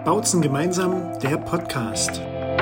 Bautzen gemeinsam, der Podcast.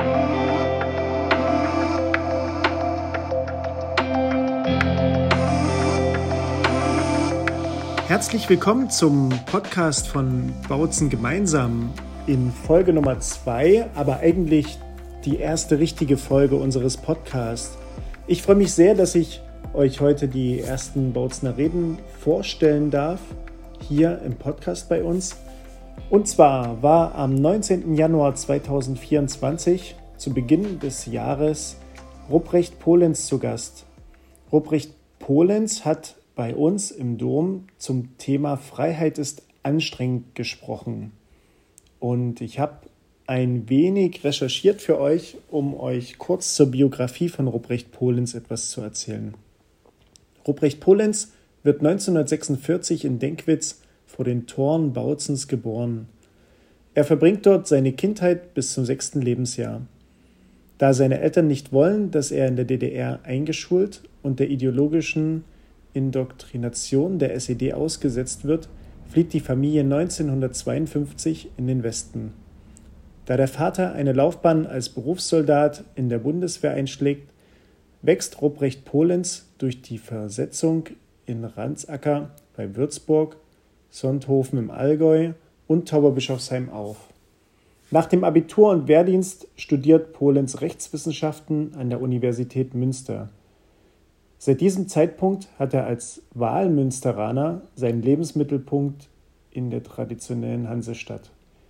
Herzlich willkommen zum Podcast von Bautzen gemeinsam in Folge Nummer 2, aber eigentlich die erste richtige Folge unseres Podcasts. Ich freue mich sehr, dass ich euch heute die ersten Bautzener Reden vorstellen darf, hier im Podcast bei uns. Und zwar war am 19. Januar 2024 zu Beginn des Jahres Ruprecht Polenz zu Gast. Ruprecht Polenz hat bei uns im Dom zum Thema Freiheit ist anstrengend gesprochen. Und ich habe ein wenig recherchiert für euch, um euch kurz zur Biografie von Ruprecht Polenz etwas zu erzählen. Ruprecht Polenz wird 1946 in Denkwitz vor den Toren Bautzens geboren. Er verbringt dort seine Kindheit bis zum 6. Lebensjahr. Da seine Eltern nicht wollen, dass er in der DDR eingeschult und der ideologischen Indoktrination der SED ausgesetzt wird, flieht die Familie 1952 in den Westen. Da der Vater eine Laufbahn als Berufssoldat in der Bundeswehr einschlägt, wächst Ruprecht Polenz durch die Versetzung in Rantzacker bei Würzburg, Sonthofen im Allgäu und Tauberbischofsheim auf. Nach dem Abitur und Wehrdienst studiert Polenz Rechtswissenschaften an der Universität Münster. Seit diesem Zeitpunkt hat er als Wahlmünsteraner seinen Lebensmittelpunkt in der traditionellen Hansestadt.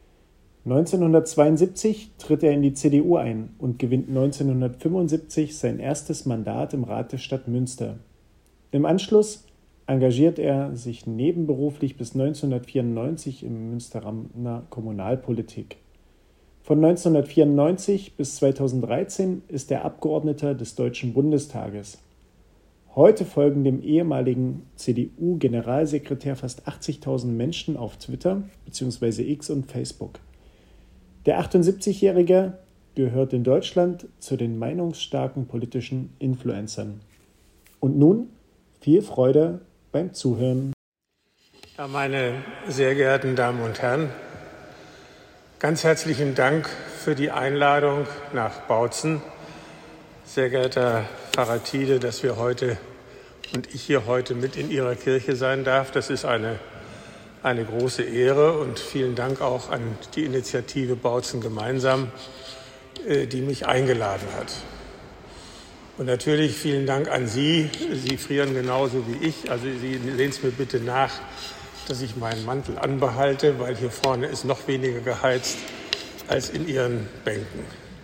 1972 tritt er in die CDU ein und gewinnt 1975 sein erstes Mandat im Rat der Stadt Münster. Im Anschluss engagiert er sich nebenberuflich bis 1994 im Münsteraner Kommunalpolitik. Von 1994 bis 2013 ist er Abgeordneter des Deutschen Bundestages. Heute folgen dem ehemaligen CDU-Generalsekretär fast 80.000 Menschen auf Twitter bzw. X und Facebook. Der 78-Jährige gehört in Deutschland zu den meinungsstarken politischen Influencern. Und nun viel Freude beim Zuhören. Ja, meine sehr geehrten Damen und Herren, ganz herzlichen Dank für die Einladung nach Bautzen. Sehr geehrter Pfarrer Thiede, dass wir heute und ich hier heute mit in Ihrer Kirche sein darf. Das ist eine große Ehre und vielen Dank auch an die Initiative Bautzen gemeinsam, die mich eingeladen hat. Und natürlich vielen Dank an Sie. Sie frieren genauso wie ich. Also Sie sehen es mir bitte nach, dass ich meinen Mantel anbehalte, weil hier vorne ist noch weniger geheizt als in Ihren Bänken.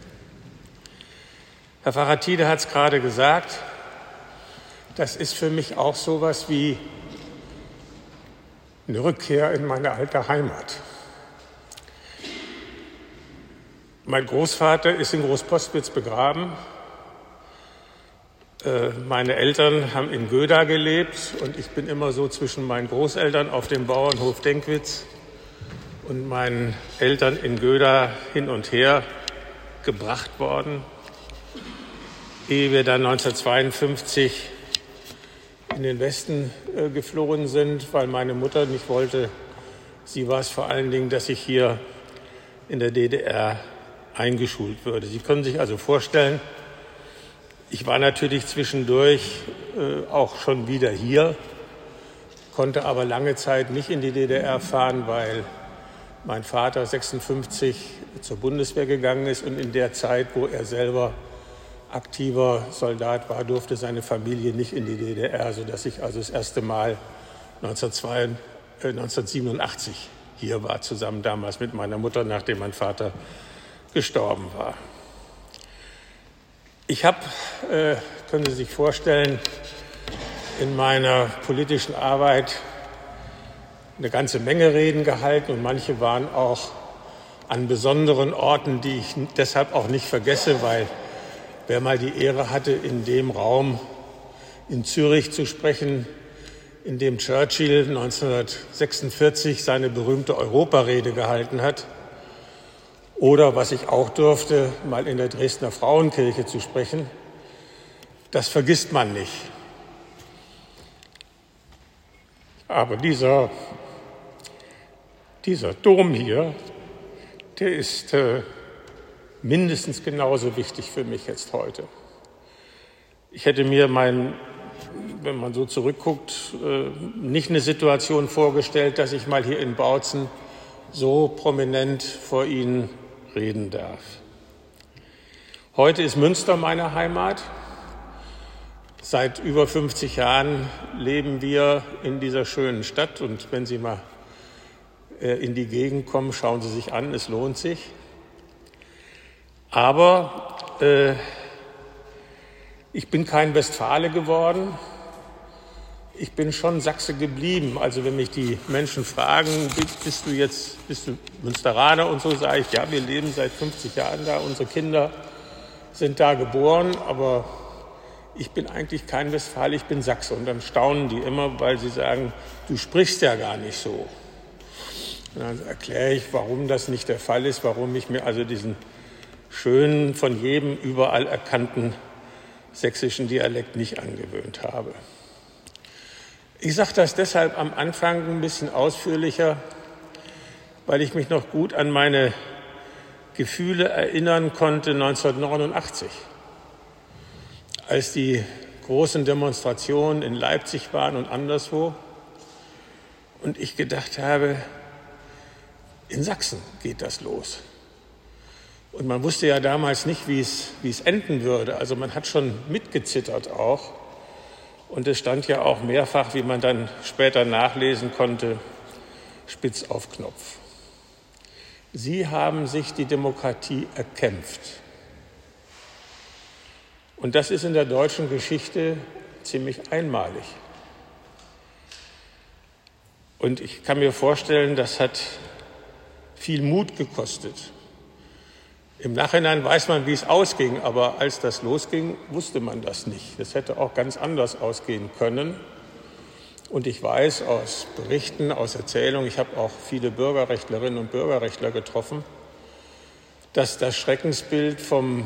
Herr Pfarrer Thiede hat es gerade gesagt, das ist für mich auch sowas wie eine Rückkehr in meine alte Heimat. Mein Großvater ist in Großpostwitz begraben. Meine Eltern haben in Göda gelebt und ich bin immer so zwischen meinen Großeltern auf dem Bauernhof Denkwitz und meinen Eltern in Göda hin und her gebracht worden, ehe wir dann 1952 in den Westen geflohen sind, weil meine Mutter nicht wollte. Sie war es vor allen Dingen, dass ich hier in der DDR eingeschult würde. Sie können sich also vorstellen, ich war natürlich zwischendurch auch schon wieder hier, konnte aber lange Zeit nicht in die DDR fahren, weil mein Vater 1956 zur Bundeswehr gegangen ist und in der Zeit, wo er selber aktiver Soldat war, durfte seine Familie nicht in die DDR, sodass ich also das erste Mal 1987 hier war, zusammen damals mit meiner Mutter, nachdem mein Vater gestorben war. Ich habe, können Sie sich vorstellen, in meiner politischen Arbeit eine ganze Menge Reden gehalten und manche waren auch an besonderen Orten, die ich deshalb auch nicht vergesse, weil wer mal die Ehre hatte, in dem Raum in Zürich zu sprechen, in dem Churchill 1946 seine berühmte Europarede gehalten hat, oder, was ich auch durfte, mal in der Dresdner Frauenkirche zu sprechen, das vergisst man nicht. Aber dieser Dom hier, der ist mindestens genauso wichtig für mich jetzt heute. Ich hätte mir wenn man so zurückguckt, nicht eine Situation vorgestellt, dass ich mal hier in Bautzen so prominent vor Ihnen reden darf. Heute ist Münster meine Heimat. Seit über 50 Jahren leben wir in dieser schönen Stadt und wenn Sie mal in die Gegend kommen, schauen Sie sich an, es lohnt sich. Aber ich bin kein Westfale geworden, ich bin schon Sachse geblieben. Also wenn mich die Menschen fragen, bist du Münsteraner und so, sage ich, ja, wir leben seit 50 Jahren da, unsere Kinder sind da geboren, aber ich bin eigentlich kein Westfale, ich bin Sachse. Und dann staunen die immer, weil sie sagen, du sprichst ja gar nicht so. Und dann erkläre ich, warum das nicht der Fall ist, warum ich mir also diesen schönen, von jedem überall erkannten sächsischen Dialekt nicht angewöhnt habe. Ich sage das deshalb am Anfang ein bisschen ausführlicher, weil ich mich noch gut an meine Gefühle erinnern konnte 1989, als die großen Demonstrationen in Leipzig waren und anderswo und ich gedacht habe, in Sachsen geht das los. Und man wusste ja damals nicht, wie es enden würde. Also man hat schon mitgezittert auch. Und es stand ja auch mehrfach, wie man dann später nachlesen konnte, spitz auf Knopf. Sie haben sich die Demokratie erkämpft. Und das ist in der deutschen Geschichte ziemlich einmalig. Und ich kann mir vorstellen, das hat viel Mut gekostet. Im Nachhinein weiß man, wie es ausging, aber als das losging, wusste man das nicht. Das hätte auch ganz anders ausgehen können. Und ich weiß aus Berichten, aus Erzählungen, ich habe auch viele Bürgerrechtlerinnen und Bürgerrechtler getroffen, dass das Schreckensbild vom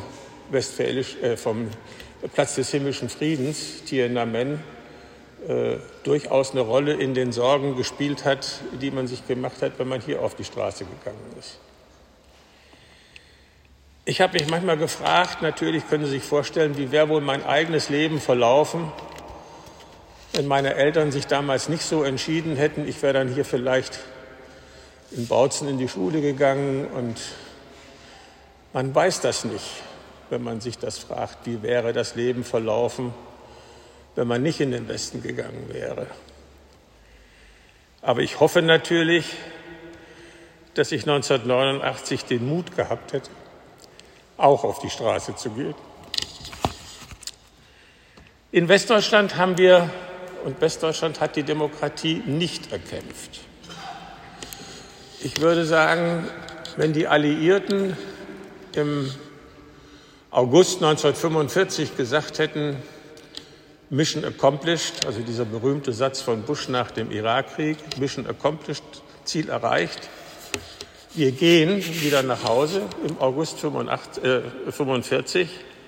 Platz des himmlischen Friedens, Tiananmen, durchaus eine Rolle in den Sorgen gespielt hat, die man sich gemacht hat, wenn man hier auf die Straße gegangen ist. Ich habe mich manchmal gefragt, natürlich können Sie sich vorstellen, wie wäre wohl mein eigenes Leben verlaufen, wenn meine Eltern sich damals nicht so entschieden hätten. Ich wäre dann hier vielleicht in Bautzen in die Schule gegangen und man weiß das nicht, wenn man sich das fragt, wie wäre das Leben verlaufen, wenn man nicht in den Westen gegangen wäre. Aber ich hoffe natürlich, dass ich 1989 den Mut gehabt hätte, auch auf die Straße zu gehen. In Westdeutschland Westdeutschland hat die Demokratie nicht erkämpft. Ich würde sagen, wenn die Alliierten im August 1945 gesagt hätten, Mission accomplished, also dieser berühmte Satz von Bush nach dem Irakkrieg, Mission accomplished, Ziel erreicht, wir gehen wieder nach Hause im August 1945,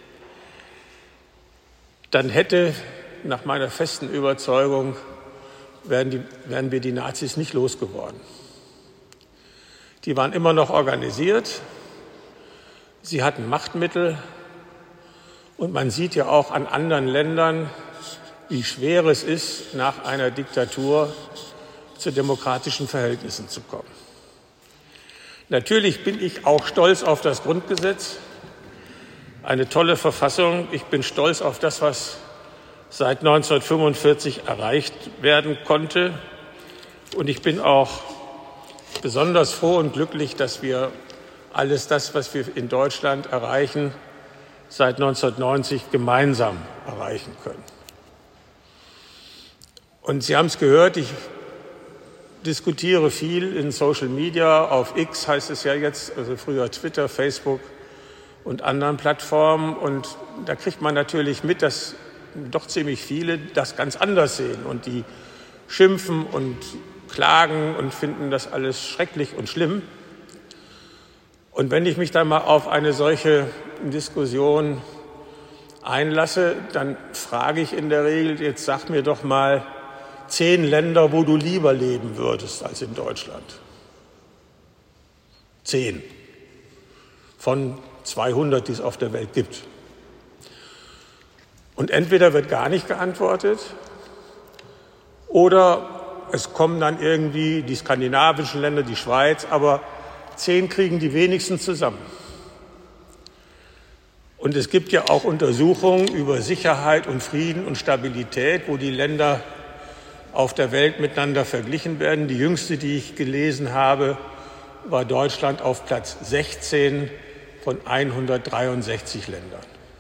dann hätte nach meiner festen Überzeugung, wären wir die Nazis nicht losgeworden. Die waren immer noch organisiert, sie hatten Machtmittel und man sieht ja auch an anderen Ländern, wie schwer es ist, nach einer Diktatur zu demokratischen Verhältnissen zu kommen. Natürlich bin ich auch stolz auf das Grundgesetz, eine tolle Verfassung. Ich bin stolz auf das, was seit 1945 erreicht werden konnte. Und ich bin auch besonders froh und glücklich, dass wir alles das, was wir in Deutschland erreichen, seit 1990 gemeinsam erreichen können. Und Sie haben es gehört, ich diskutiere viel in Social Media, auf X heißt es ja jetzt, also früher Twitter, Facebook und anderen Plattformen. Und da kriegt man natürlich mit, dass doch ziemlich viele das ganz anders sehen und die schimpfen und klagen und finden das alles schrecklich und schlimm. Und wenn ich mich dann mal auf eine solche Diskussion einlasse, dann frage ich in der Regel, jetzt sag mir doch mal 10 Länder, wo du lieber leben würdest als in Deutschland. 10. von 200, die es auf der Welt gibt. Und entweder wird gar nicht geantwortet oder es kommen dann irgendwie die skandinavischen Länder, die Schweiz, aber 10 kriegen die wenigsten zusammen. Und es gibt ja auch Untersuchungen über Sicherheit und Frieden und Stabilität, wo die Länder auf der Welt miteinander verglichen werden. Die jüngste, die ich gelesen habe, war Deutschland auf Platz 16 von 163 Ländern.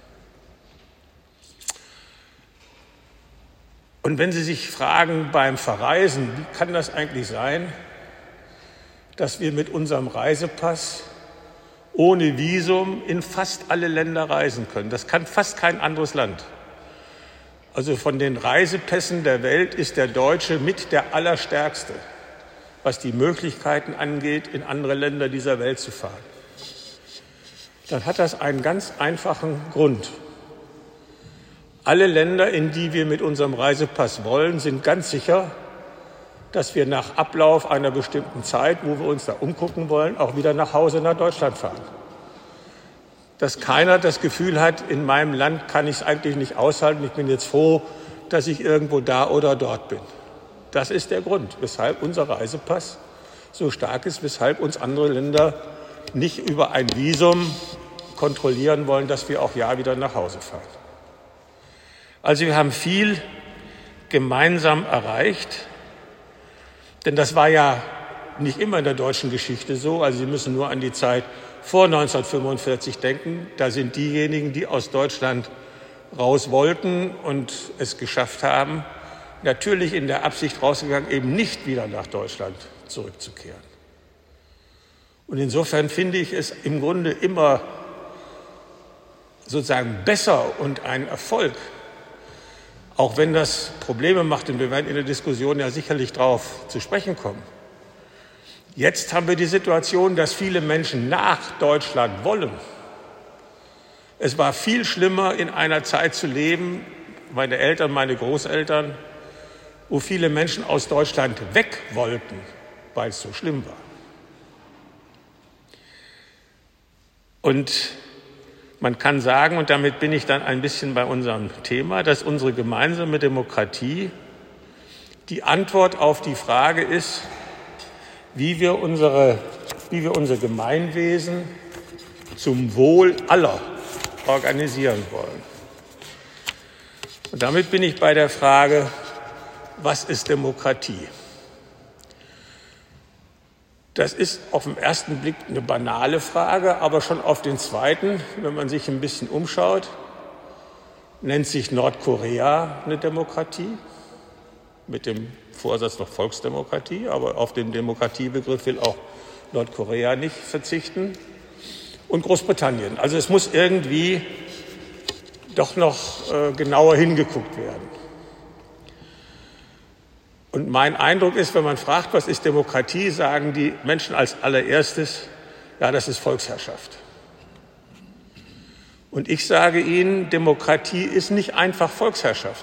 Und wenn Sie sich fragen beim Verreisen, wie kann das eigentlich sein, dass wir mit unserem Reisepass ohne Visum in fast alle Länder reisen können? Das kann fast kein anderes Land. Also von den Reisepässen der Welt ist der deutsche mit der allerstärkste, was die Möglichkeiten angeht, in andere Länder dieser Welt zu fahren. Dann hat das einen ganz einfachen Grund. Alle Länder, in die wir mit unserem Reisepass wollen, sind ganz sicher, dass wir nach Ablauf einer bestimmten Zeit, wo wir uns da umgucken wollen, auch wieder nach Hause nach Deutschland fahren. Dass keiner das Gefühl hat, in meinem Land kann ich es eigentlich nicht aushalten, ich bin jetzt froh, dass ich irgendwo da oder dort bin. Das ist der Grund, weshalb unser Reisepass so stark ist, weshalb uns andere Länder nicht über ein Visum kontrollieren wollen, dass wir auch ja wieder nach Hause fahren. Also wir haben viel gemeinsam erreicht, denn das war ja nicht immer in der deutschen Geschichte so. Also Sie müssen nur an die Zeit vor 1945 denken. Da sind diejenigen, die aus Deutschland raus wollten und es geschafft haben, natürlich in der Absicht rausgegangen, eben nicht wieder nach Deutschland zurückzukehren. Und insofern finde ich es im Grunde immer sozusagen besser und ein Erfolg, auch wenn das Probleme macht, und wir werden in der Diskussion ja sicherlich darauf zu sprechen kommen. Jetzt haben wir die Situation, dass viele Menschen nach Deutschland wollen. Es war viel schlimmer, in einer Zeit zu leben, meine Eltern, meine Großeltern, wo viele Menschen aus Deutschland weg wollten, weil es so schlimm war. Und man kann sagen, und damit bin ich dann ein bisschen bei unserem Thema, dass unsere gemeinsame Demokratie die Antwort auf die Frage ist, wie wir unser Gemeinwesen zum Wohl aller organisieren wollen. Und damit bin ich bei der Frage, was ist Demokratie? Das ist auf den ersten Blick eine banale Frage, aber schon auf den zweiten, wenn man sich ein bisschen umschaut, nennt sich Nordkorea eine Demokratie, mit dem Vorsatz noch Volksdemokratie, aber auf den Demokratiebegriff will auch Nordkorea nicht verzichten, und Großbritannien. Also es muss irgendwie doch noch genauer hingeguckt werden. Und mein Eindruck ist, wenn man fragt, was ist Demokratie, sagen die Menschen als allererstes, ja, das ist Volksherrschaft. Und ich sage Ihnen, Demokratie ist nicht einfach Volksherrschaft.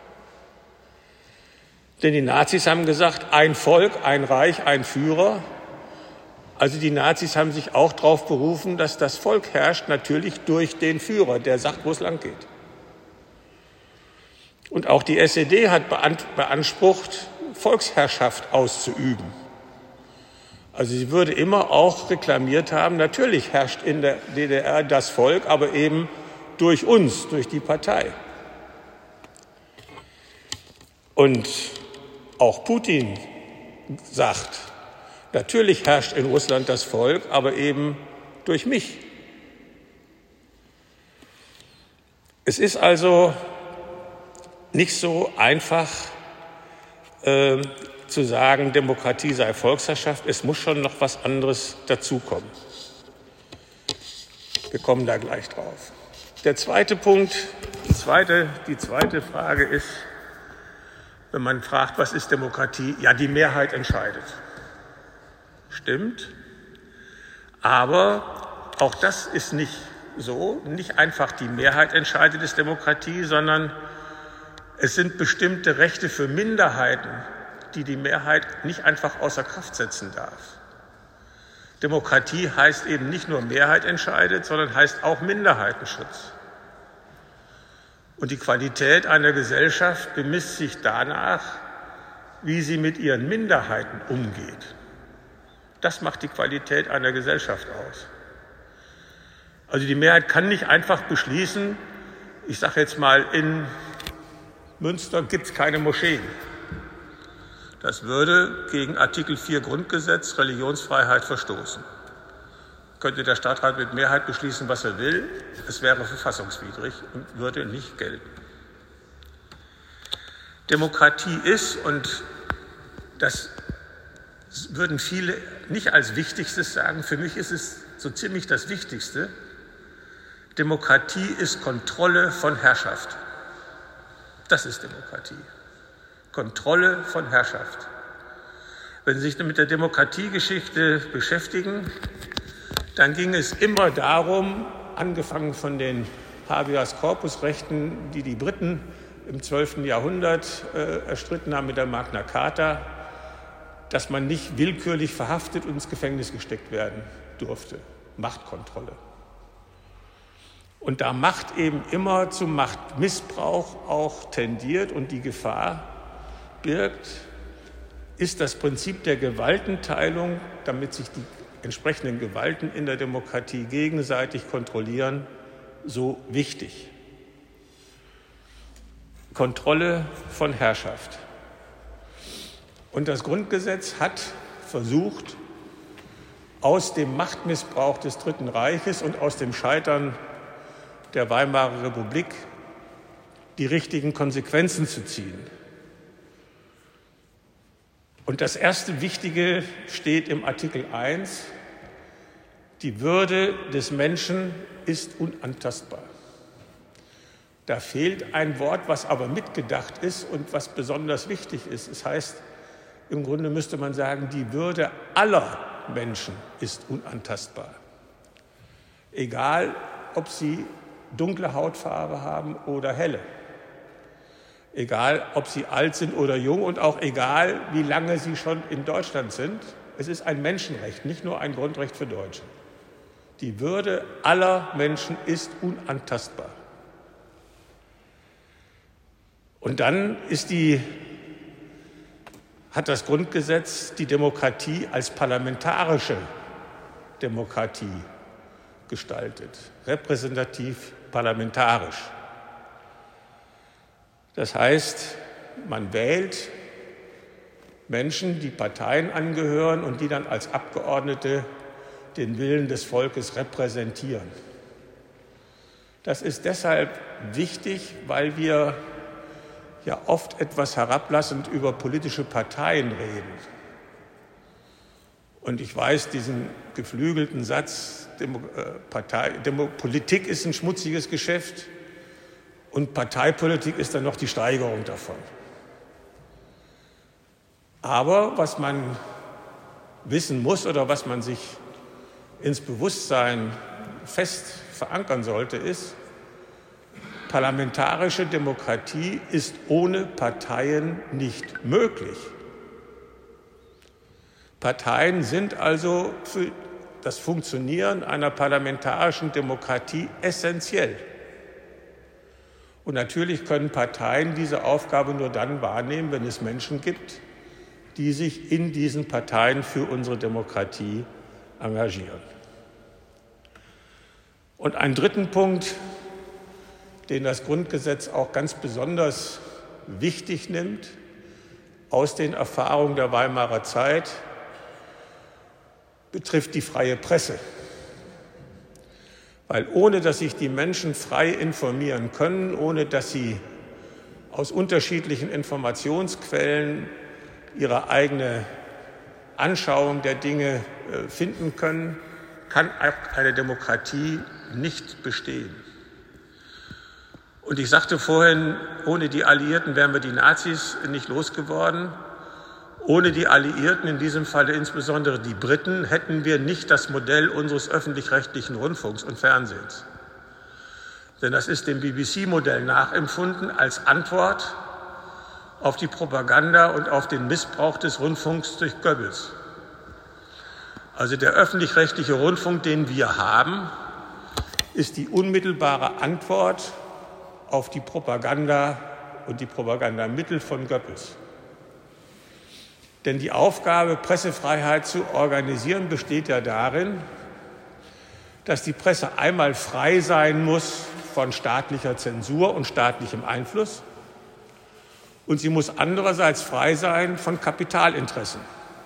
Denn die Nazis haben gesagt, ein Volk, ein Reich, ein Führer. Also die Nazis haben sich auch darauf berufen, dass das Volk herrscht, natürlich durch den Führer, der sagt, wo es lang geht. Und auch die SED hat beansprucht, Volksherrschaft auszuüben. Also sie würde immer auch reklamiert haben, natürlich herrscht in der DDR das Volk, aber eben durch uns, durch die Partei. Und auch Putin sagt, natürlich herrscht in Russland das Volk, aber eben durch mich. Es ist also nicht so einfach zu sagen, Demokratie sei Volksherrschaft. Es muss schon noch was anderes dazukommen. Wir kommen da gleich drauf. Der zweite Punkt, die zweite Frage ist, wenn man fragt, was ist Demokratie? Ja, die Mehrheit entscheidet. Stimmt. Aber auch das ist nicht so. Nicht einfach die Mehrheit entscheidet, ist Demokratie, sondern es sind bestimmte Rechte für Minderheiten, die die Mehrheit nicht einfach außer Kraft setzen darf. Demokratie heißt eben nicht nur Mehrheit entscheidet, sondern heißt auch Minderheitenschutz. Und die Qualität einer Gesellschaft bemisst sich danach, wie sie mit ihren Minderheiten umgeht. Das macht die Qualität einer Gesellschaft aus. Also die Mehrheit kann nicht einfach beschließen, ich sage jetzt mal, in Münster gibt es keine Moscheen. Das würde gegen Artikel 4 Grundgesetz Religionsfreiheit verstoßen. Könnte der Stadtrat mit Mehrheit beschließen, was er will, es wäre verfassungswidrig und würde nicht gelten. Demokratie ist, und das würden viele nicht als Wichtigstes sagen, für mich ist es so ziemlich das Wichtigste, Demokratie ist Kontrolle von Herrschaft. Das ist Demokratie. Kontrolle von Herrschaft. Wenn Sie sich mit der Demokratiegeschichte beschäftigen, dann ging es immer darum, angefangen von den Habeas-Corpus-Rechten, die die Briten im 12. Jahrhundert erstritten haben mit der Magna Carta, dass man nicht willkürlich verhaftet und ins Gefängnis gesteckt werden durfte. Machtkontrolle. Und da Macht eben immer zum Machtmissbrauch auch tendiert und die Gefahr birgt, ist das Prinzip der Gewaltenteilung, damit sich die entsprechenden Gewalten in der Demokratie gegenseitig kontrollieren, so wichtig. Kontrolle von Herrschaft. Und das Grundgesetz hat versucht, aus dem Machtmissbrauch des Dritten Reiches und aus dem Scheitern der Weimarer Republik die richtigen Konsequenzen zu ziehen. Und das erste Wichtige steht im Artikel 1. Die Würde des Menschen ist unantastbar. Da fehlt ein Wort, was aber mitgedacht ist und was besonders wichtig ist. Es heißt, im Grunde müsste man sagen, die Würde aller Menschen ist unantastbar. Egal, ob sie dunkle Hautfarbe haben oder helle. Egal, ob sie alt sind oder jung und auch egal, wie lange sie schon in Deutschland sind. Es ist ein Menschenrecht, nicht nur ein Grundrecht für Deutsche. Die Würde aller Menschen ist unantastbar. Und dann hat das Grundgesetz die Demokratie als parlamentarische Demokratie gestaltet, repräsentativ parlamentarisch. Das heißt, man wählt Menschen, die Parteien angehören und die dann als Abgeordnete den Willen des Volkes repräsentieren. Das ist deshalb wichtig, weil wir ja oft etwas herablassend über politische Parteien reden. Und ich weiß, diesen geflügelten Satz, Politik ist ein schmutziges Geschäft und Parteipolitik ist dann noch die Steigerung davon. Aber was man wissen muss oder was man sich ins Bewusstsein fest verankern sollte, ist, parlamentarische Demokratie ist ohne Parteien nicht möglich. Parteien sind also für das Funktionieren einer parlamentarischen Demokratie essentiell. Und natürlich können Parteien diese Aufgabe nur dann wahrnehmen, wenn es Menschen gibt, die sich in diesen Parteien für unsere Demokratie engagieren. Und einen dritten Punkt, den das Grundgesetz auch ganz besonders wichtig nimmt, aus den Erfahrungen der Weimarer Zeit, betrifft die freie Presse. Weil ohne dass sich die Menschen frei informieren können, ohne dass sie aus unterschiedlichen Informationsquellen ihre eigene Anschauung der Dinge finden können, kann eine Demokratie nicht bestehen. Und ich sagte vorhin, ohne die Alliierten wären wir die Nazis nicht losgeworden. Ohne die Alliierten, in diesem Falle insbesondere die Briten, hätten wir nicht das Modell unseres öffentlich-rechtlichen Rundfunks und Fernsehens. Denn das ist dem BBC-Modell nachempfunden als Antwort auf die Propaganda und auf den Missbrauch des Rundfunks durch Goebbels. Also der öffentlich-rechtliche Rundfunk, den wir haben, ist die unmittelbare Antwort auf die Propaganda und die Propagandamittel von Goebbels. Denn die Aufgabe, Pressefreiheit zu organisieren, besteht ja darin, dass die Presse einmal frei sein muss von staatlicher Zensur und staatlichem Einfluss und sie muss andererseits frei sein von Kapitalinteressen.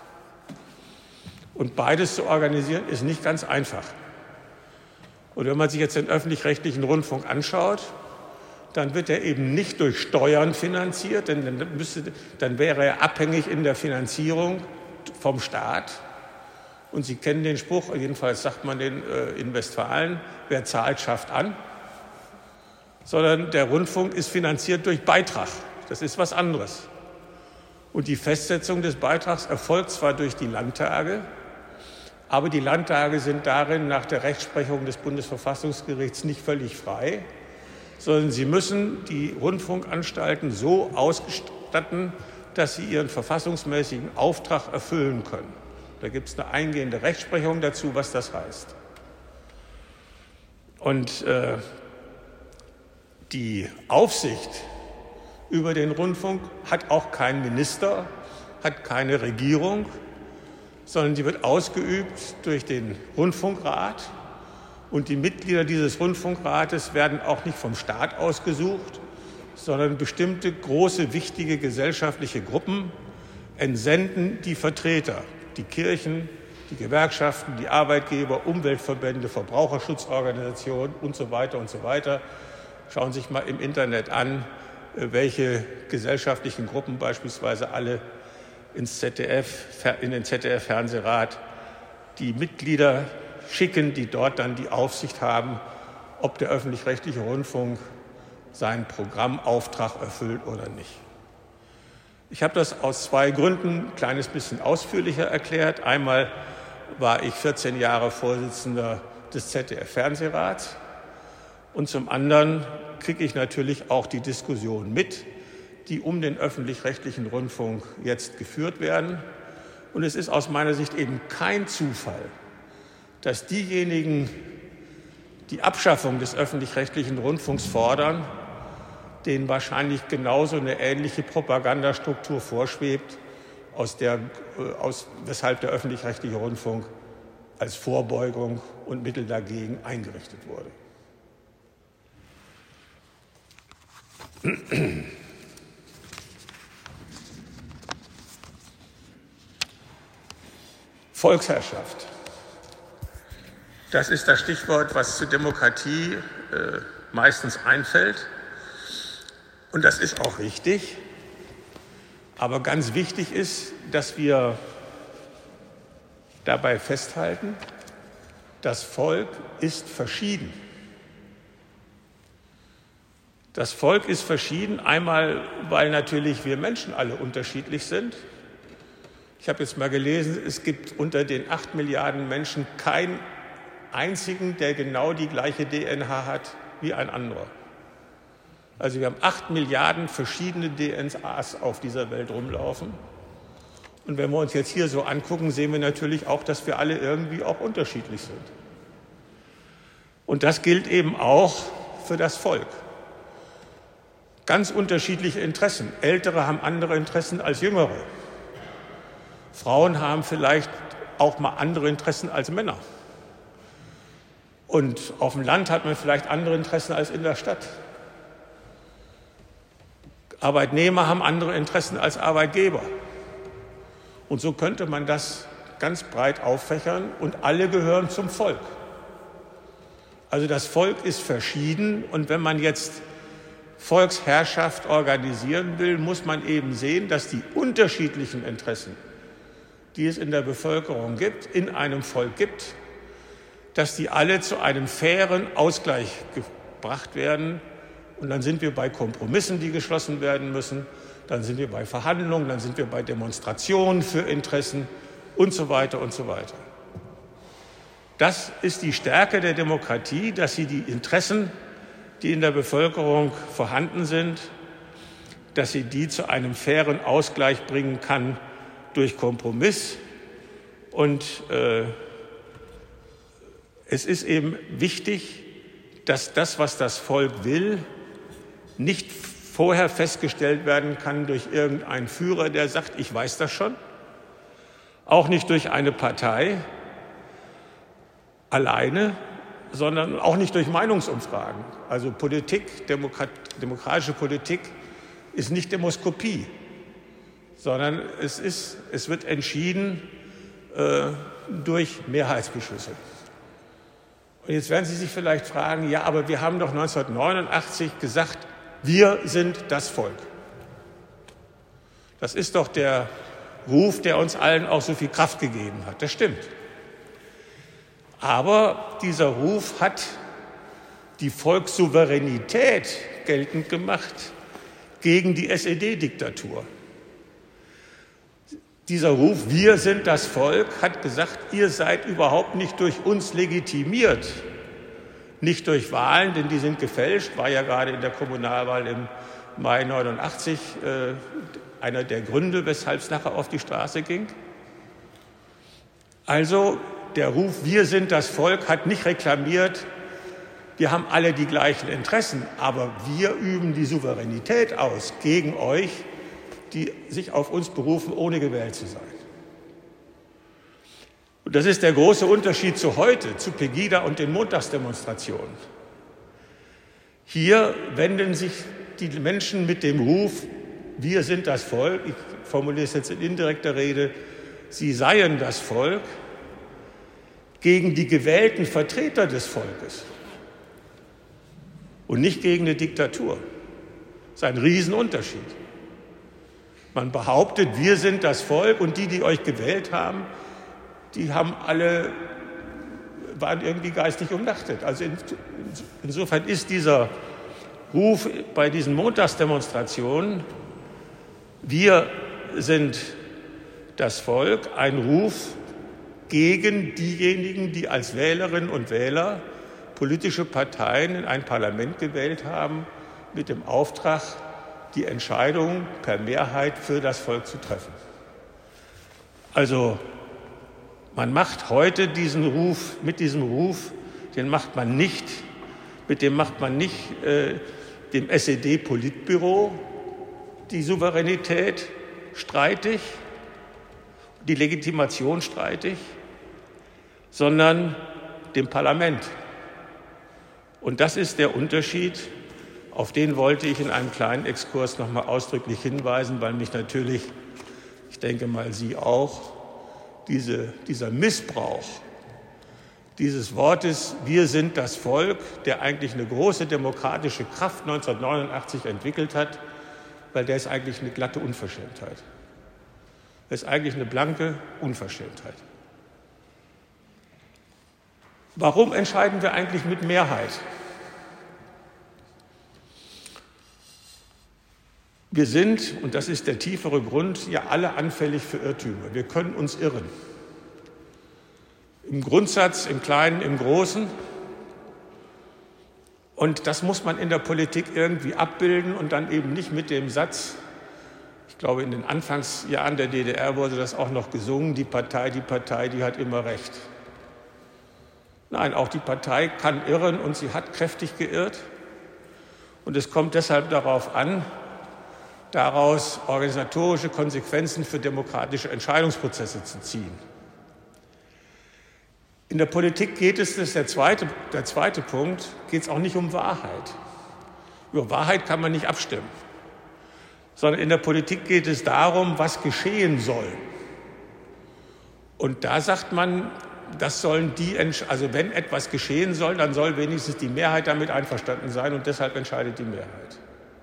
Und beides zu organisieren, ist nicht ganz einfach. Und wenn man sich jetzt den öffentlich-rechtlichen Rundfunk anschaut, dann wird er eben nicht durch Steuern finanziert, denn dann wäre er abhängig in der Finanzierung vom Staat. Und Sie kennen den Spruch, jedenfalls sagt man den in Westfalen, wer zahlt, schafft an. Sondern der Rundfunk ist finanziert durch Beitrag. Das ist was anderes. Und die Festsetzung des Beitrags erfolgt zwar durch die Landtage, aber die Landtage sind darin nach der Rechtsprechung des Bundesverfassungsgerichts nicht völlig frei, sondern sie müssen die Rundfunkanstalten so ausstatten, dass sie ihren verfassungsmäßigen Auftrag erfüllen können. Da gibt es eine eingehende Rechtsprechung dazu, was das heißt. Und die Aufsicht über den Rundfunk hat auch kein Minister, hat keine Regierung, sondern die wird ausgeübt durch den Rundfunkrat. Und die Mitglieder dieses Rundfunkrates werden auch nicht vom Staat ausgesucht, sondern bestimmte große, wichtige gesellschaftliche Gruppen entsenden die Vertreter, die Kirchen, die Gewerkschaften, die Arbeitgeber, Umweltverbände, Verbraucherschutzorganisationen und so weiter und so weiter. Schauen Sie sich mal im Internet an, welche gesellschaftlichen Gruppen beispielsweise alle in den ZDF-Fernsehrat die Mitglieder schicken, die dort dann die Aufsicht haben, ob der öffentlich-rechtliche Rundfunk seinen Programmauftrag erfüllt oder nicht. Ich habe das aus zwei Gründen ein kleines bisschen ausführlicher erklärt. Einmal war ich 14 Jahre Vorsitzender des ZDF-Fernsehrats und zum anderen kriege ich natürlich auch die Diskussion mit, die um den öffentlich-rechtlichen Rundfunk jetzt geführt werden. Und es ist aus meiner Sicht eben kein Zufall, dass diejenigen, die Abschaffung des öffentlich-rechtlichen Rundfunks fordern, denen wahrscheinlich genauso eine ähnliche Propagandastruktur vorschwebt, weshalb der öffentlich-rechtliche Rundfunk als Vorbeugung und Mittel dagegen eingerichtet wurde. Volksherrschaft. Das ist das Stichwort, was zur Demokratie meistens einfällt. Und das ist auch richtig. Aber ganz wichtig ist, dass wir dabei festhalten, das Volk ist verschieden. Das Volk ist verschieden, einmal, weil natürlich wir Menschen alle unterschiedlich sind. Ich habe jetzt mal gelesen, es gibt unter den 8 Milliarden Menschen keinen einzigen, der genau die gleiche DNA hat wie ein anderer. Also wir haben 8 Milliarden verschiedene DNAs auf dieser Welt rumlaufen. Und wenn wir uns jetzt hier so angucken, sehen wir natürlich auch, dass wir alle irgendwie auch unterschiedlich sind. Und das gilt eben auch für das Volk. Ganz unterschiedliche Interessen. Ältere haben andere Interessen als Jüngere. Frauen haben vielleicht auch mal andere Interessen als Männer. Und auf dem Land hat man vielleicht andere Interessen als in der Stadt. Arbeitnehmer haben andere Interessen als Arbeitgeber. Und so könnte man das ganz breit auffächern und alle gehören zum Volk. Also das Volk ist verschieden und wenn man jetzt Volksherrschaft organisieren will, muss man eben sehen, dass die unterschiedlichen Interessen, die es in der Bevölkerung gibt, in einem Volk gibt, dass die alle zu einem fairen Ausgleich gebracht werden. Und dann sind wir bei Kompromissen, die geschlossen werden müssen. Dann sind wir bei Verhandlungen, dann sind wir bei Demonstrationen für Interessen und so weiter und so weiter. Das ist die Stärke der Demokratie, dass sie die Interessen, die in der Bevölkerung vorhanden sind, dass sie die zu einem fairen Ausgleich bringen kann durch Kompromiss Und es ist eben wichtig, dass das, was das Volk will, nicht vorher festgestellt werden kann durch irgendeinen Führer, der sagt, ich weiß das schon, auch nicht durch eine Partei alleine, sondern auch nicht durch Meinungsumfragen. Also Politik, demokratische Politik ist nicht Demoskopie, sondern es wird entschieden durch Mehrheitsbeschlüsse. Und jetzt werden Sie sich vielleicht fragen, ja, aber wir haben doch 1989 gesagt, wir sind das Volk. Das ist doch der Ruf, der uns allen auch so viel Kraft gegeben hat. Das stimmt. Aber dieser Ruf hat die Volkssouveränität geltend gemacht gegen die SED-Diktatur. Dieser Ruf, wir sind das Volk, hat gesagt, ihr seid überhaupt nicht durch uns legitimiert, nicht durch Wahlen, denn die sind gefälscht, war ja gerade in der Kommunalwahl im Mai 89 einer der Gründe, weshalb es nachher auf die Straße ging. Also der Ruf, wir sind das Volk, hat nicht reklamiert, wir haben alle die gleichen Interessen, aber wir üben die Souveränität aus gegen euch, die sich auf uns berufen, ohne gewählt zu sein. Und das ist der große Unterschied zu heute, zu Pegida und den Montagsdemonstrationen. Hier wenden sich die Menschen mit dem Ruf, wir sind das Volk, ich formuliere es jetzt in indirekter Rede, sie seien das Volk, gegen die gewählten Vertreter des Volkes und nicht gegen eine Diktatur. Das ist ein Riesenunterschied. Man behauptet, wir sind das Volk und die euch gewählt haben, die waren irgendwie geistig umnachtet. Also insofern ist dieser Ruf bei diesen Montagsdemonstrationen, wir sind das Volk, ein Ruf gegen diejenigen, die als Wählerinnen und Wähler politische Parteien in ein Parlament gewählt haben, mit dem Auftrag, die Entscheidung per Mehrheit für das Volk zu treffen. Also man macht heute diesen Ruf, mit diesem Ruf, den macht man nicht, mit dem macht man nicht dem SED-Politbüro die Souveränität streitig, die Legitimation streitig, sondern dem Parlament. Und das ist der Unterschied, auf den wollte ich in einem kleinen Exkurs noch mal ausdrücklich hinweisen, weil mich natürlich, ich denke mal Sie auch, dieser Missbrauch dieses Wortes, wir sind das Volk, der eigentlich eine große demokratische Kraft 1989 entwickelt hat, weil der ist eigentlich eine glatte Unverschämtheit. Das ist eigentlich eine blanke Unverschämtheit. Warum entscheiden wir eigentlich mit Mehrheit? Wir sind, und das ist der tiefere Grund, ja alle anfällig für Irrtümer. Wir können uns irren. Im Grundsatz, im Kleinen, im Großen. Und das muss man in der Politik irgendwie abbilden und dann eben nicht mit dem Satz, ich glaube, in den Anfangsjahren der DDR wurde das auch noch gesungen, die Partei, die hat immer recht. Nein, auch die Partei kann irren und sie hat kräftig geirrt. Und es kommt deshalb darauf an, daraus organisatorische Konsequenzen für demokratische Entscheidungsprozesse zu ziehen. In der Politik geht es, das ist der zweite Punkt, geht es auch nicht um Wahrheit. Über Wahrheit kann man nicht abstimmen, sondern in der Politik geht es darum, was geschehen soll. Und da sagt man, das sollen also wenn etwas geschehen soll, dann soll wenigstens die Mehrheit damit einverstanden sein und deshalb entscheidet die Mehrheit.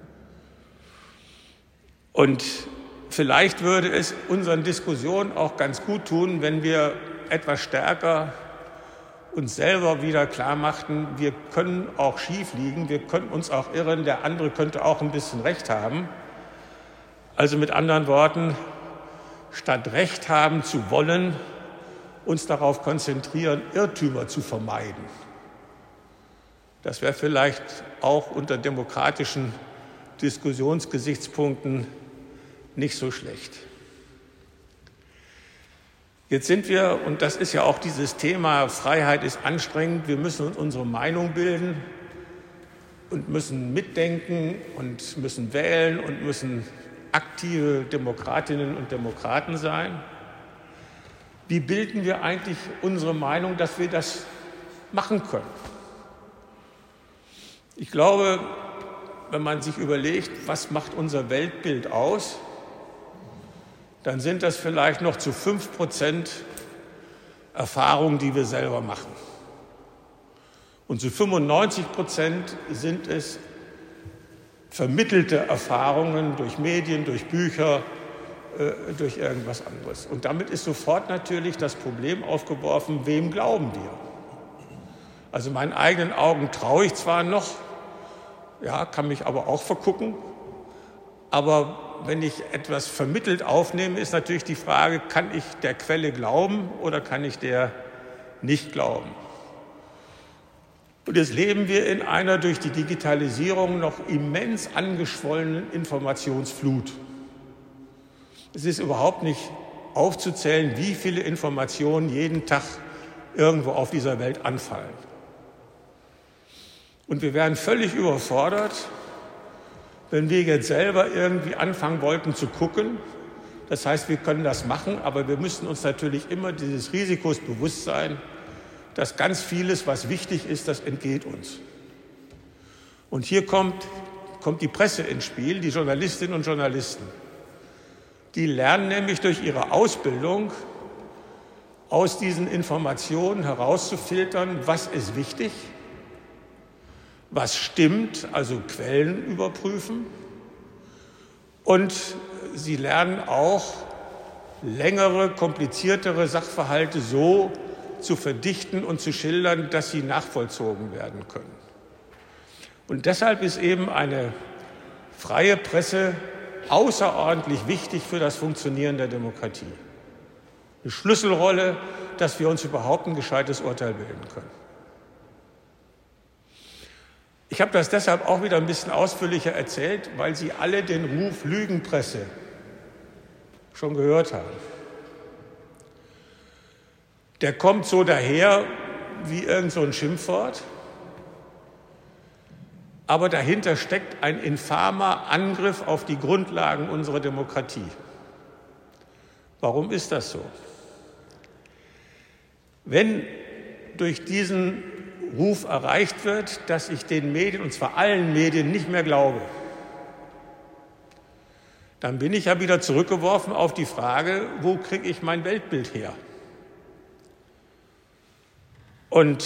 Und vielleicht würde es unseren Diskussionen auch ganz gut tun, wenn wir etwas stärker uns selber wieder klar machten, wir können auch schief liegen, wir können uns auch irren, der andere könnte auch ein bisschen Recht haben. Also mit anderen Worten, statt Recht haben zu wollen, uns darauf konzentrieren, Irrtümer zu vermeiden. Das wäre vielleicht auch unter demokratischen Diskussionsgesichtspunkten nicht so schlecht. Jetzt sind wir, und das ist ja auch dieses Thema, Freiheit ist anstrengend, wir müssen uns unsere Meinung bilden und müssen mitdenken und müssen wählen und müssen aktive Demokratinnen und Demokraten sein. Wie bilden wir eigentlich unsere Meinung, dass wir das machen können? Ich glaube, wenn man sich überlegt, was macht unser Weltbild aus, dann sind das vielleicht noch zu 5% Erfahrungen, die wir selber machen. Und zu 95% sind es vermittelte Erfahrungen durch Medien, durch Bücher, durch irgendwas anderes. Und damit ist sofort natürlich das Problem aufgeworfen, wem glauben wir? Also meinen eigenen Augen traue ich zwar noch, ja, kann mich aber auch vergucken, aber wenn ich etwas vermittelt aufnehme, ist natürlich die Frage, kann ich der Quelle glauben oder kann ich der nicht glauben? Und jetzt leben wir in einer durch die Digitalisierung noch immens angeschwollenen Informationsflut. Es ist überhaupt nicht aufzuzählen, wie viele Informationen jeden Tag irgendwo auf dieser Welt anfallen. Und wir wären völlig überfordert, wenn wir jetzt selber irgendwie anfangen wollten zu gucken. Das heißt, wir können das machen, aber wir müssen uns natürlich immer dieses Risikos bewusst sein, dass ganz vieles, was wichtig ist, das entgeht uns. Und hier kommt die Presse ins Spiel, die Journalistinnen und Journalisten. Die lernen nämlich durch ihre Ausbildung, aus diesen Informationen herauszufiltern, was ist wichtig, was stimmt, also Quellen überprüfen. Und sie lernen auch, längere, kompliziertere Sachverhalte so zu verdichten und zu schildern, dass sie nachvollzogen werden können. Und deshalb ist eben eine freie Presse außerordentlich wichtig für das Funktionieren der Demokratie. Eine Schlüsselrolle, dass wir uns überhaupt ein gescheites Urteil bilden können. Ich habe das deshalb auch wieder ein bisschen ausführlicher erzählt, weil Sie alle den Ruf Lügenpresse schon gehört haben. Der kommt so daher wie irgend so ein Schimpfwort, aber dahinter steckt ein infamer Angriff auf die Grundlagen unserer Demokratie. Warum ist das so? Wenn durch diesen Ruf erreicht wird, dass ich den Medien, und zwar allen Medien, nicht mehr glaube, dann bin ich ja wieder zurückgeworfen auf die Frage, wo kriege ich mein Weltbild her? Und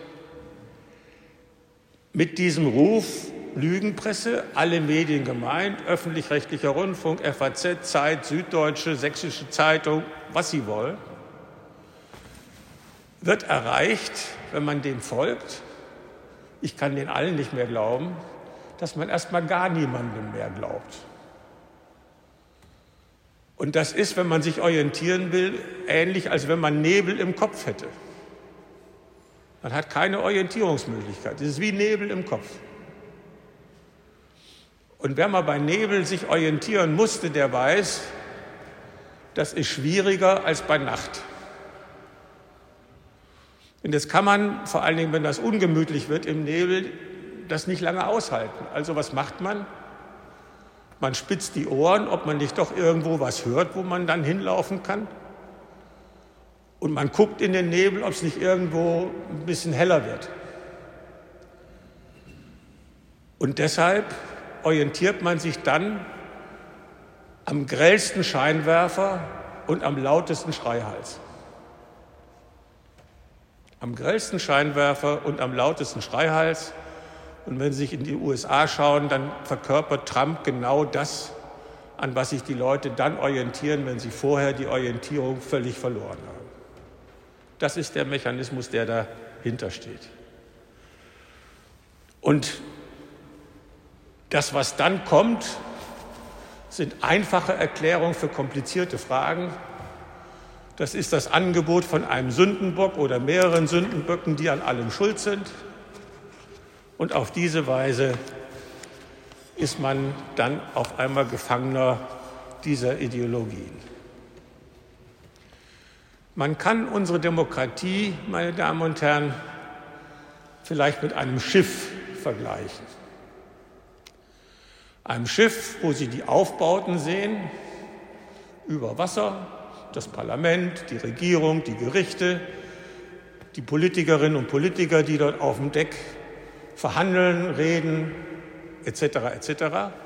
mit diesem Ruf Lügenpresse, alle Medien gemeint, öffentlich-rechtlicher Rundfunk, FAZ, Zeit, Süddeutsche, Sächsische Zeitung, was Sie wollen, wird erreicht, wenn man dem folgt, ich kann den allen nicht mehr glauben, dass man erstmal gar niemandem mehr glaubt. Und das ist, wenn man sich orientieren will, ähnlich, als wenn man Nebel im Kopf hätte. Man hat keine Orientierungsmöglichkeit. Es ist wie Nebel im Kopf. Und wer mal bei Nebel sich orientieren musste, der weiß, das ist schwieriger als bei Nacht. Und das kann man, vor allen Dingen, wenn das ungemütlich wird im Nebel, das nicht lange aushalten. Also was macht man? Man spitzt die Ohren, ob man nicht doch irgendwo was hört, wo man dann hinlaufen kann. Und man guckt in den Nebel, ob es nicht irgendwo ein bisschen heller wird. Und deshalb orientiert man sich dann am grellsten Scheinwerfer und am lautesten Schreihals. Am grellsten Scheinwerfer und am lautesten Schreihals. Und wenn Sie sich in die USA schauen, dann verkörpert Trump genau das, an was sich die Leute dann orientieren, wenn sie vorher die Orientierung völlig verloren haben. Das ist der Mechanismus, der dahinter steht. Und das, was dann kommt, sind einfache Erklärungen für komplizierte Fragen. Das ist das Angebot von einem Sündenbock oder mehreren Sündenböcken, die an allem schuld sind. Und auf diese Weise ist man dann auf einmal Gefangener dieser Ideologien. Man kann unsere Demokratie, meine Damen und Herren, vielleicht mit einem Schiff vergleichen. Einem Schiff, wo Sie die Aufbauten sehen, über Wasser, das Parlament, die Regierung, die Gerichte, die Politikerinnen und Politiker, die dort auf dem Deck verhandeln, reden, etc. etc.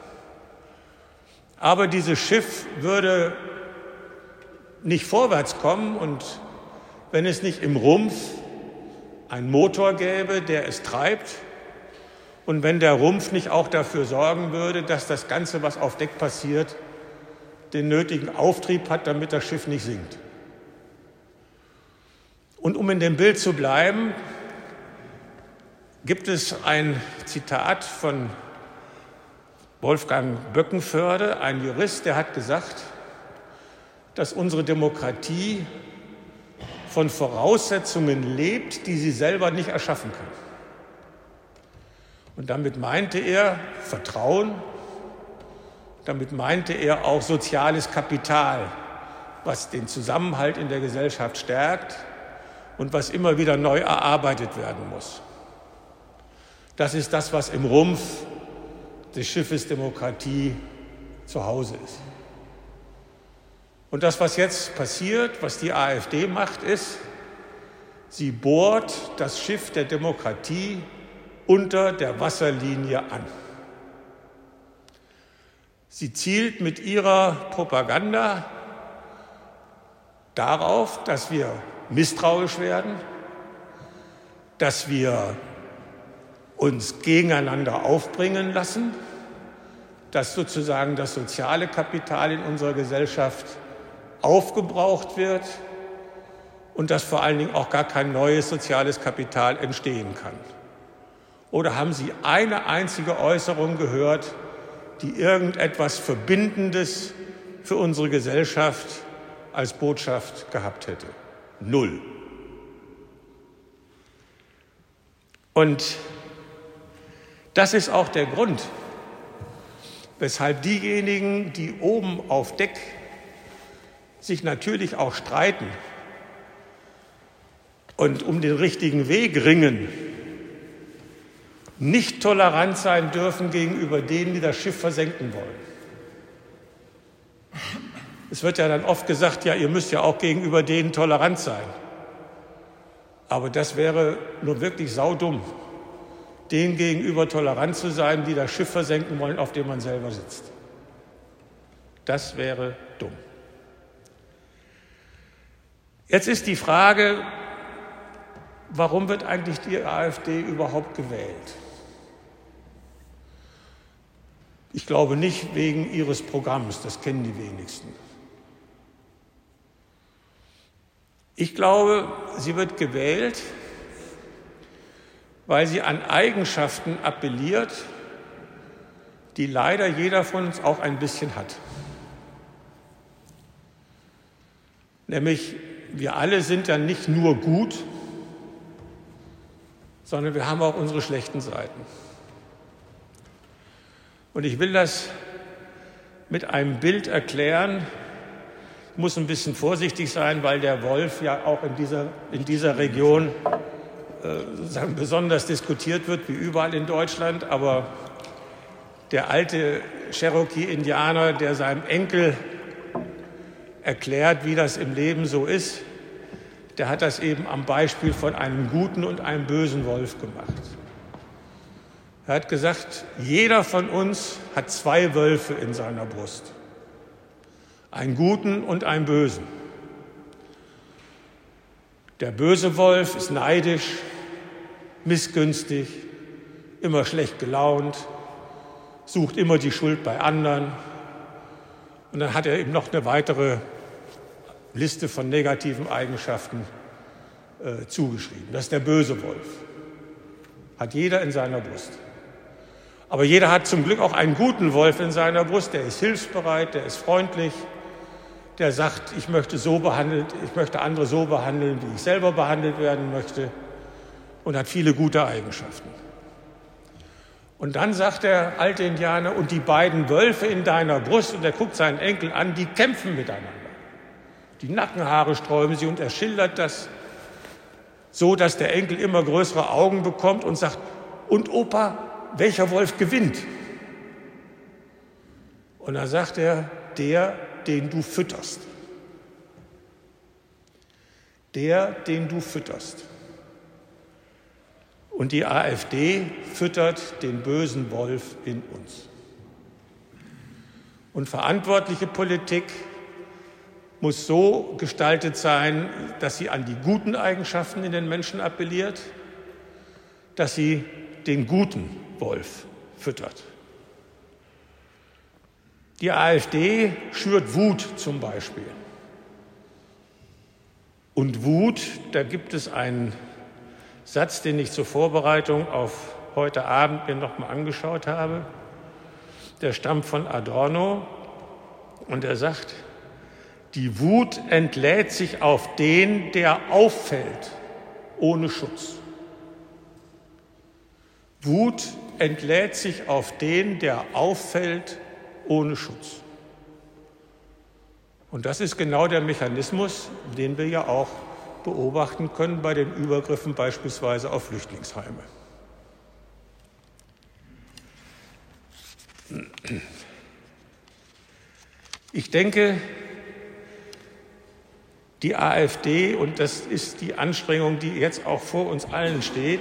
Aber dieses Schiff würde nicht vorwärts kommen, und wenn es nicht im Rumpf einen Motor gäbe, der es treibt, und wenn der Rumpf nicht auch dafür sorgen würde, dass das Ganze, was auf Deck passiert, den nötigen Auftrieb hat, damit das Schiff nicht sinkt. Und um in dem Bild zu bleiben, gibt es ein Zitat von Wolfgang Böckenförde, ein Jurist, der hat gesagt, dass unsere Demokratie von Voraussetzungen lebt, die sie selber nicht erschaffen kann. Und damit meinte er Vertrauen, damit meinte er auch soziales Kapital, was den Zusammenhalt in der Gesellschaft stärkt und was immer wieder neu erarbeitet werden muss. Das ist das, was im Rumpf des Schiffes Demokratie zu Hause ist. Und das, was jetzt passiert, was die AfD macht, ist, sie bohrt das Schiff der Demokratie unter der Wasserlinie an. Sie zielt mit ihrer Propaganda darauf, dass wir misstrauisch werden, dass wir uns gegeneinander aufbringen lassen, dass sozusagen das soziale Kapital in unserer Gesellschaft aufgebraucht wird und dass vor allen Dingen auch gar kein neues soziales Kapital entstehen kann. Oder haben Sie eine einzige Äußerung gehört, die irgendetwas Verbindendes für unsere Gesellschaft als Botschaft gehabt hätte? Null. Und das ist auch der Grund, weshalb diejenigen, die oben auf Deck sich natürlich auch streiten und um den richtigen Weg ringen, nicht tolerant sein dürfen gegenüber denen, die das Schiff versenken wollen. Es wird ja dann oft gesagt, ja, ihr müsst ja auch gegenüber denen tolerant sein. Aber das wäre nur wirklich saudumm, denen gegenüber tolerant zu sein, die das Schiff versenken wollen, auf dem man selber sitzt. Das wäre dumm. Jetzt ist die Frage, warum wird eigentlich die AfD überhaupt gewählt? Ich glaube nicht wegen ihres Programms, das kennen die wenigsten. Ich glaube, sie wird gewählt, weil sie an Eigenschaften appelliert, die leider jeder von uns auch ein bisschen hat. Nämlich, wir alle sind ja nicht nur gut, sondern wir haben auch unsere schlechten Seiten. Und ich will das mit einem Bild erklären. Ich muss ein bisschen vorsichtig sein, weil der Wolf ja auch in dieser Region sozusagen besonders diskutiert wird, wie überall in Deutschland. Aber der alte Cherokee-Indianer, der seinem Enkel erklärt, wie das im Leben so ist, der hat das eben am Beispiel von einem guten und einem bösen Wolf gemacht. Er hat gesagt, jeder von uns hat zwei Wölfe in seiner Brust. Einen guten und einen bösen. Der böse Wolf ist neidisch, missgünstig, immer schlecht gelaunt, sucht immer die Schuld bei anderen. Und dann hat er eben noch eine weitere Liste von negativen Eigenschaften zugeschrieben. Das ist der böse Wolf. Hat jeder in seiner Brust. Aber jeder hat zum Glück auch einen guten Wolf in seiner Brust. Der ist hilfsbereit, der ist freundlich, der sagt, ich möchte andere so behandeln, wie ich selber behandelt werden möchte, und hat viele gute Eigenschaften. Und dann sagt der alte Indianer, und die beiden Wölfe in deiner Brust, und er guckt seinen Enkel an, die kämpfen miteinander. Die Nackenhaare sträuben sie und er schildert das so, dass der Enkel immer größere Augen bekommt und sagt, und Opa, welcher Wolf gewinnt? Und dann sagt er, der, den du fütterst. Der, den du fütterst. Und die AfD füttert den bösen Wolf in uns. Und verantwortliche Politik muss so gestaltet sein, dass sie an die guten Eigenschaften in den Menschen appelliert, dass sie den guten Wolf füttert. Die AfD schürt Wut zum Beispiel. Und Wut, da gibt es einen Satz, den ich zur Vorbereitung auf heute Abend mir noch mal angeschaut habe. Der stammt von Adorno und er sagt, die Wut entlädt sich auf den, der auffällt, ohne Schutz. Wut entlädt sich auf den, der auffällt, ohne Schutz. Und das ist genau der Mechanismus, den wir ja auch beobachten können bei den Übergriffen beispielsweise auf Flüchtlingsheime. Ich denke, die AfD, und das ist die Anstrengung, die jetzt auch vor uns allen steht,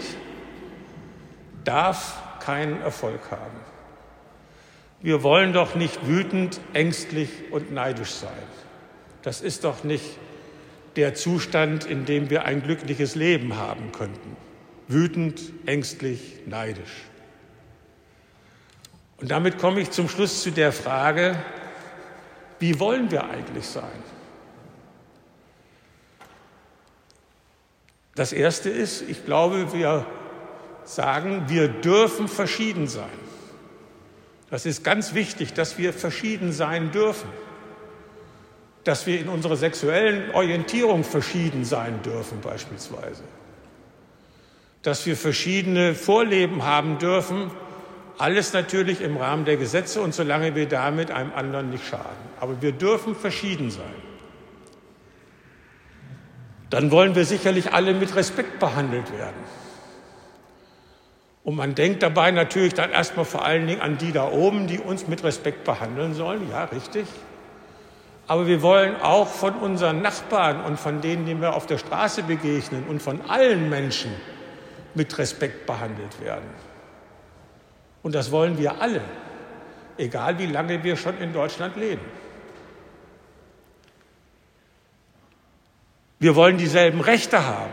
darf keinen Erfolg haben. Wir wollen doch nicht wütend, ängstlich und neidisch sein. Das ist doch nicht der Zustand, in dem wir ein glückliches Leben haben könnten. Wütend, ängstlich, neidisch. Und damit komme ich zum Schluss zu der Frage, wie wollen wir eigentlich sein? Das Erste ist, ich glaube, wir sagen, wir dürfen verschieden sein. Das ist ganz wichtig, dass wir verschieden sein dürfen. Dass wir in unserer sexuellen Orientierung verschieden sein dürfen beispielsweise. Dass wir verschiedene Vorleben haben dürfen, alles natürlich im Rahmen der Gesetze und solange wir damit einem anderen nicht schaden. Aber wir dürfen verschieden sein. Dann wollen wir sicherlich alle mit Respekt behandelt werden. Und man denkt dabei natürlich dann erstmal vor allen Dingen an die da oben, die uns mit Respekt behandeln sollen. Ja, richtig. Aber wir wollen auch von unseren Nachbarn und von denen, denen wir auf der Straße begegnen und von allen Menschen mit Respekt behandelt werden. Und das wollen wir alle, egal wie lange wir schon in Deutschland leben. Wir wollen dieselben Rechte haben.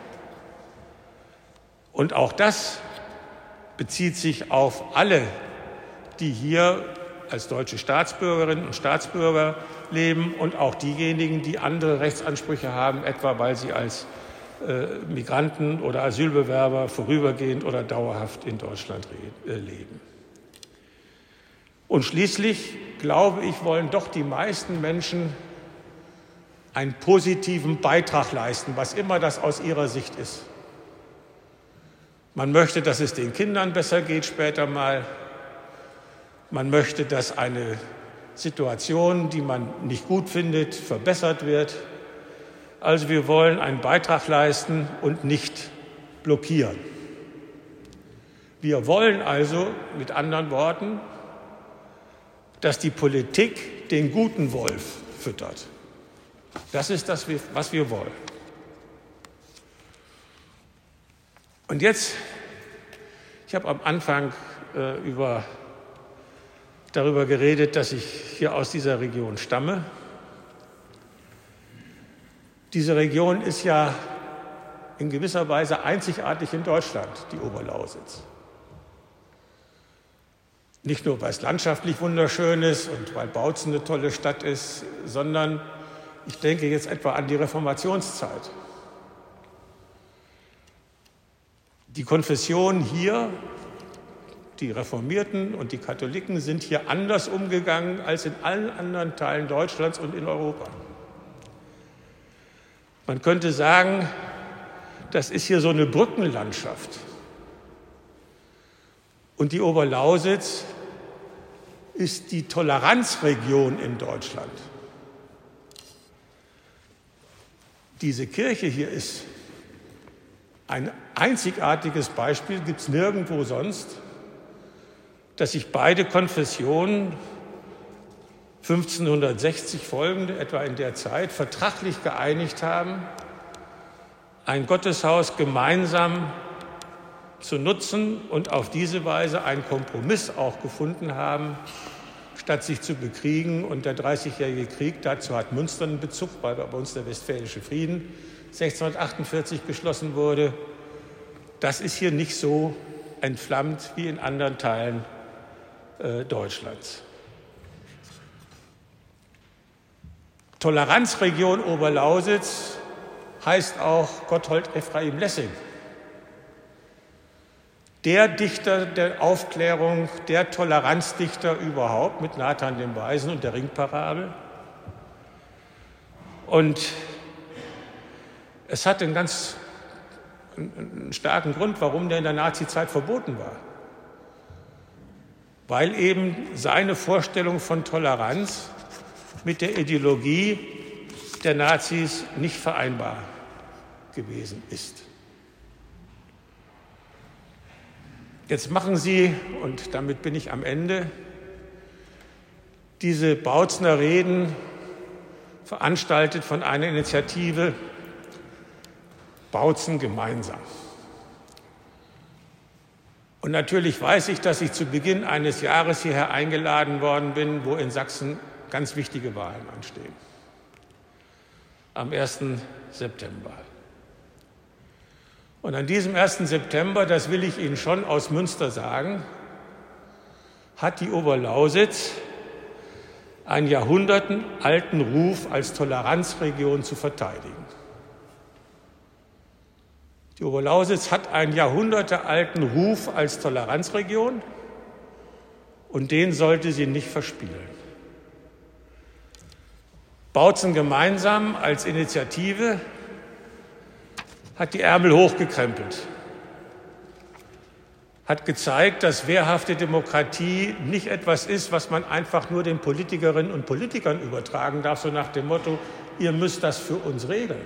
Und auch das bezieht sich auf alle, die hier als deutsche Staatsbürgerinnen und Staatsbürger leben und auch diejenigen, die andere Rechtsansprüche haben, etwa weil sie als Migranten oder Asylbewerber vorübergehend oder dauerhaft in Deutschland leben. Und schließlich, glaube ich, wollen doch die meisten Menschen einen positiven Beitrag leisten, was immer das aus ihrer Sicht ist. Man möchte, dass es den Kindern besser geht später mal. Man möchte, dass eine Situation, die man nicht gut findet, verbessert wird. Also wir wollen einen Beitrag leisten und nicht blockieren. Wir wollen also, mit anderen Worten, dass die Politik den guten Wolf füttert. Das ist das, was wir wollen. Und jetzt, ich habe am Anfang darüber geredet, dass ich hier aus dieser Region stamme. Diese Region ist ja in gewisser Weise einzigartig in Deutschland, die Oberlausitz. Nicht nur, weil es landschaftlich wunderschön ist und weil Bautzen eine tolle Stadt ist, sondern ich denke jetzt etwa an die Reformationszeit. Die Konfessionen hier, die Reformierten und die Katholiken, sind hier anders umgegangen als in allen anderen Teilen Deutschlands und in Europa. Man könnte sagen, das ist hier so eine Brückenlandschaft. Und die Oberlausitz ist die Toleranzregion in Deutschland. Diese Kirche hier ist ein einzigartiges Beispiel, gibt es nirgendwo sonst, dass sich beide Konfessionen 1560 folgende, etwa in der Zeit, vertraglich geeinigt haben, ein Gotteshaus gemeinsam zu nutzen und auf diese Weise einen Kompromiss auch gefunden haben, statt sich zu bekriegen. Und der Dreißigjährige Krieg, dazu hat Münster einen Bezug, weil bei uns der Westfälische Frieden 1648 geschlossen wurde. Das ist hier nicht so entflammt wie in anderen Teilen Deutschlands. Toleranzregion Oberlausitz heißt auch Gotthold Ephraim Lessing. Der Dichter der Aufklärung, der Toleranzdichter überhaupt mit Nathan dem Weisen und der Ringparabel. Und es hat einen ganz starken Grund, warum der in der Nazizeit verboten war. Weil eben seine Vorstellung von Toleranz mit der Ideologie der Nazis nicht vereinbar gewesen ist. Jetzt machen Sie, und damit bin ich am Ende, diese Bautzener Reden veranstaltet von einer Initiative Bautzen gemeinsam. Und natürlich weiß ich, dass ich zu Beginn eines Jahres hierher eingeladen worden bin, wo in Sachsen ganz wichtige Wahlen anstehen. Am 1. September. Und an diesem 1. September, das will ich Ihnen schon aus Münster sagen, hat die Oberlausitz einen jahrhundertealten Ruf als Toleranzregion zu verteidigen. Die Oberlausitz hat einen jahrhundertealten Ruf als Toleranzregion und den sollte sie nicht verspielen. Bautzen gemeinsam als Initiative hat die Ärmel hochgekrempelt, hat gezeigt, dass wehrhafte Demokratie nicht etwas ist, was man einfach nur den Politikerinnen und Politikern übertragen darf, so nach dem Motto, ihr müsst das für uns regeln.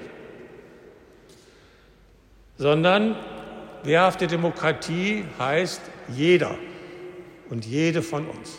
Sondern wehrhafte Demokratie heißt jeder und jede von uns.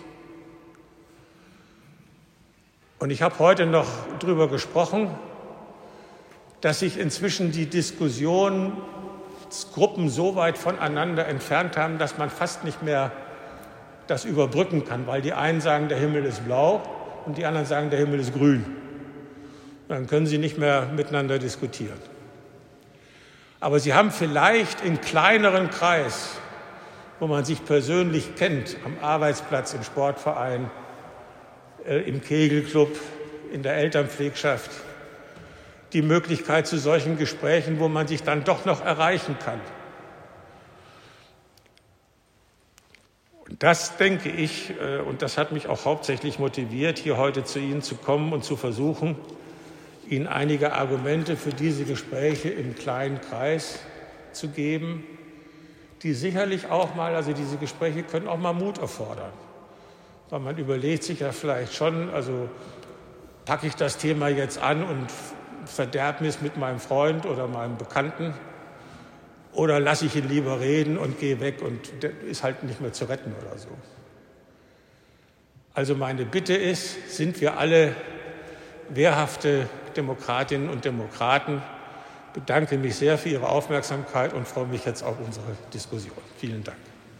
Und ich habe heute noch darüber gesprochen, dass sich inzwischen die Diskussionsgruppen so weit voneinander entfernt haben, dass man fast nicht mehr das überbrücken kann, weil die einen sagen, der Himmel ist blau und die anderen sagen, der Himmel ist grün. Dann können sie nicht mehr miteinander diskutieren. Aber sie haben vielleicht im kleineren Kreis, wo man sich persönlich kennt, am Arbeitsplatz, im Sportverein, im Kegelclub, in der Elternpflegschaft, die Möglichkeit zu solchen Gesprächen, wo man sich dann doch noch erreichen kann. Und das denke ich, und das hat mich auch hauptsächlich motiviert, hier heute zu Ihnen zu kommen und zu versuchen, Ihnen einige Argumente für diese Gespräche im kleinen Kreis zu geben, die sicherlich auch mal, also diese Gespräche können auch mal Mut erfordern. Weil man überlegt sich ja vielleicht schon, also packe ich das Thema jetzt an und verderbe es mit meinem Freund oder meinem Bekannten oder lasse ich ihn lieber reden und gehe weg und der ist halt nicht mehr zu retten oder so. Also meine Bitte ist, sind wir alle wehrhafte Demokratinnen und Demokraten. Ich bedanke mich sehr für Ihre Aufmerksamkeit und freue mich jetzt auf unsere Diskussion. Vielen Dank.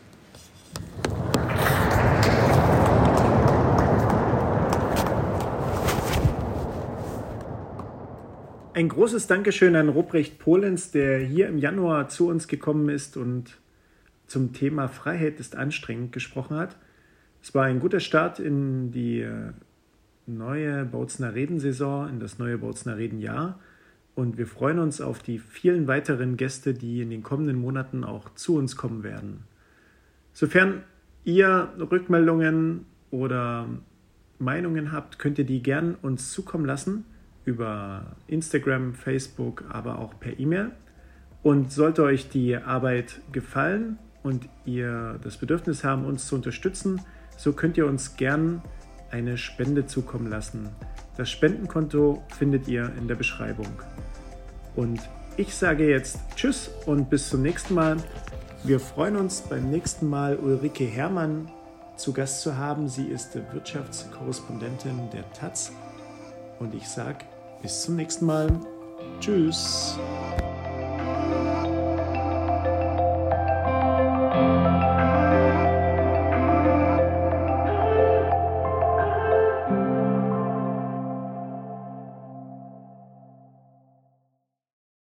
Ein großes Dankeschön an Ruprecht Polenz, der hier im Januar zu uns gekommen ist und zum Thema Freiheit ist anstrengend gesprochen hat. Es war ein guter Start in die neue Bautzener Redensaison, in das neue Bautzener Redenjahr. Und wir freuen uns auf die vielen weiteren Gäste, die in den kommenden Monaten auch zu uns kommen werden. Sofern ihr Rückmeldungen oder Meinungen habt, könnt ihr die gern uns zukommen lassen über Instagram, Facebook, aber auch per E-Mail. Und sollte euch die Arbeit gefallen und ihr das Bedürfnis haben, uns zu unterstützen, so könnt ihr uns gern eine Spende zukommen lassen. Das Spendenkonto findet ihr in der Beschreibung. Und ich sage jetzt Tschüss und bis zum nächsten Mal. Wir freuen uns beim nächsten Mal Ulrike Herrmann zu Gast zu haben. Sie ist Wirtschaftskorrespondentin der taz. Und ich sage bis zum nächsten Mal. Tschüss.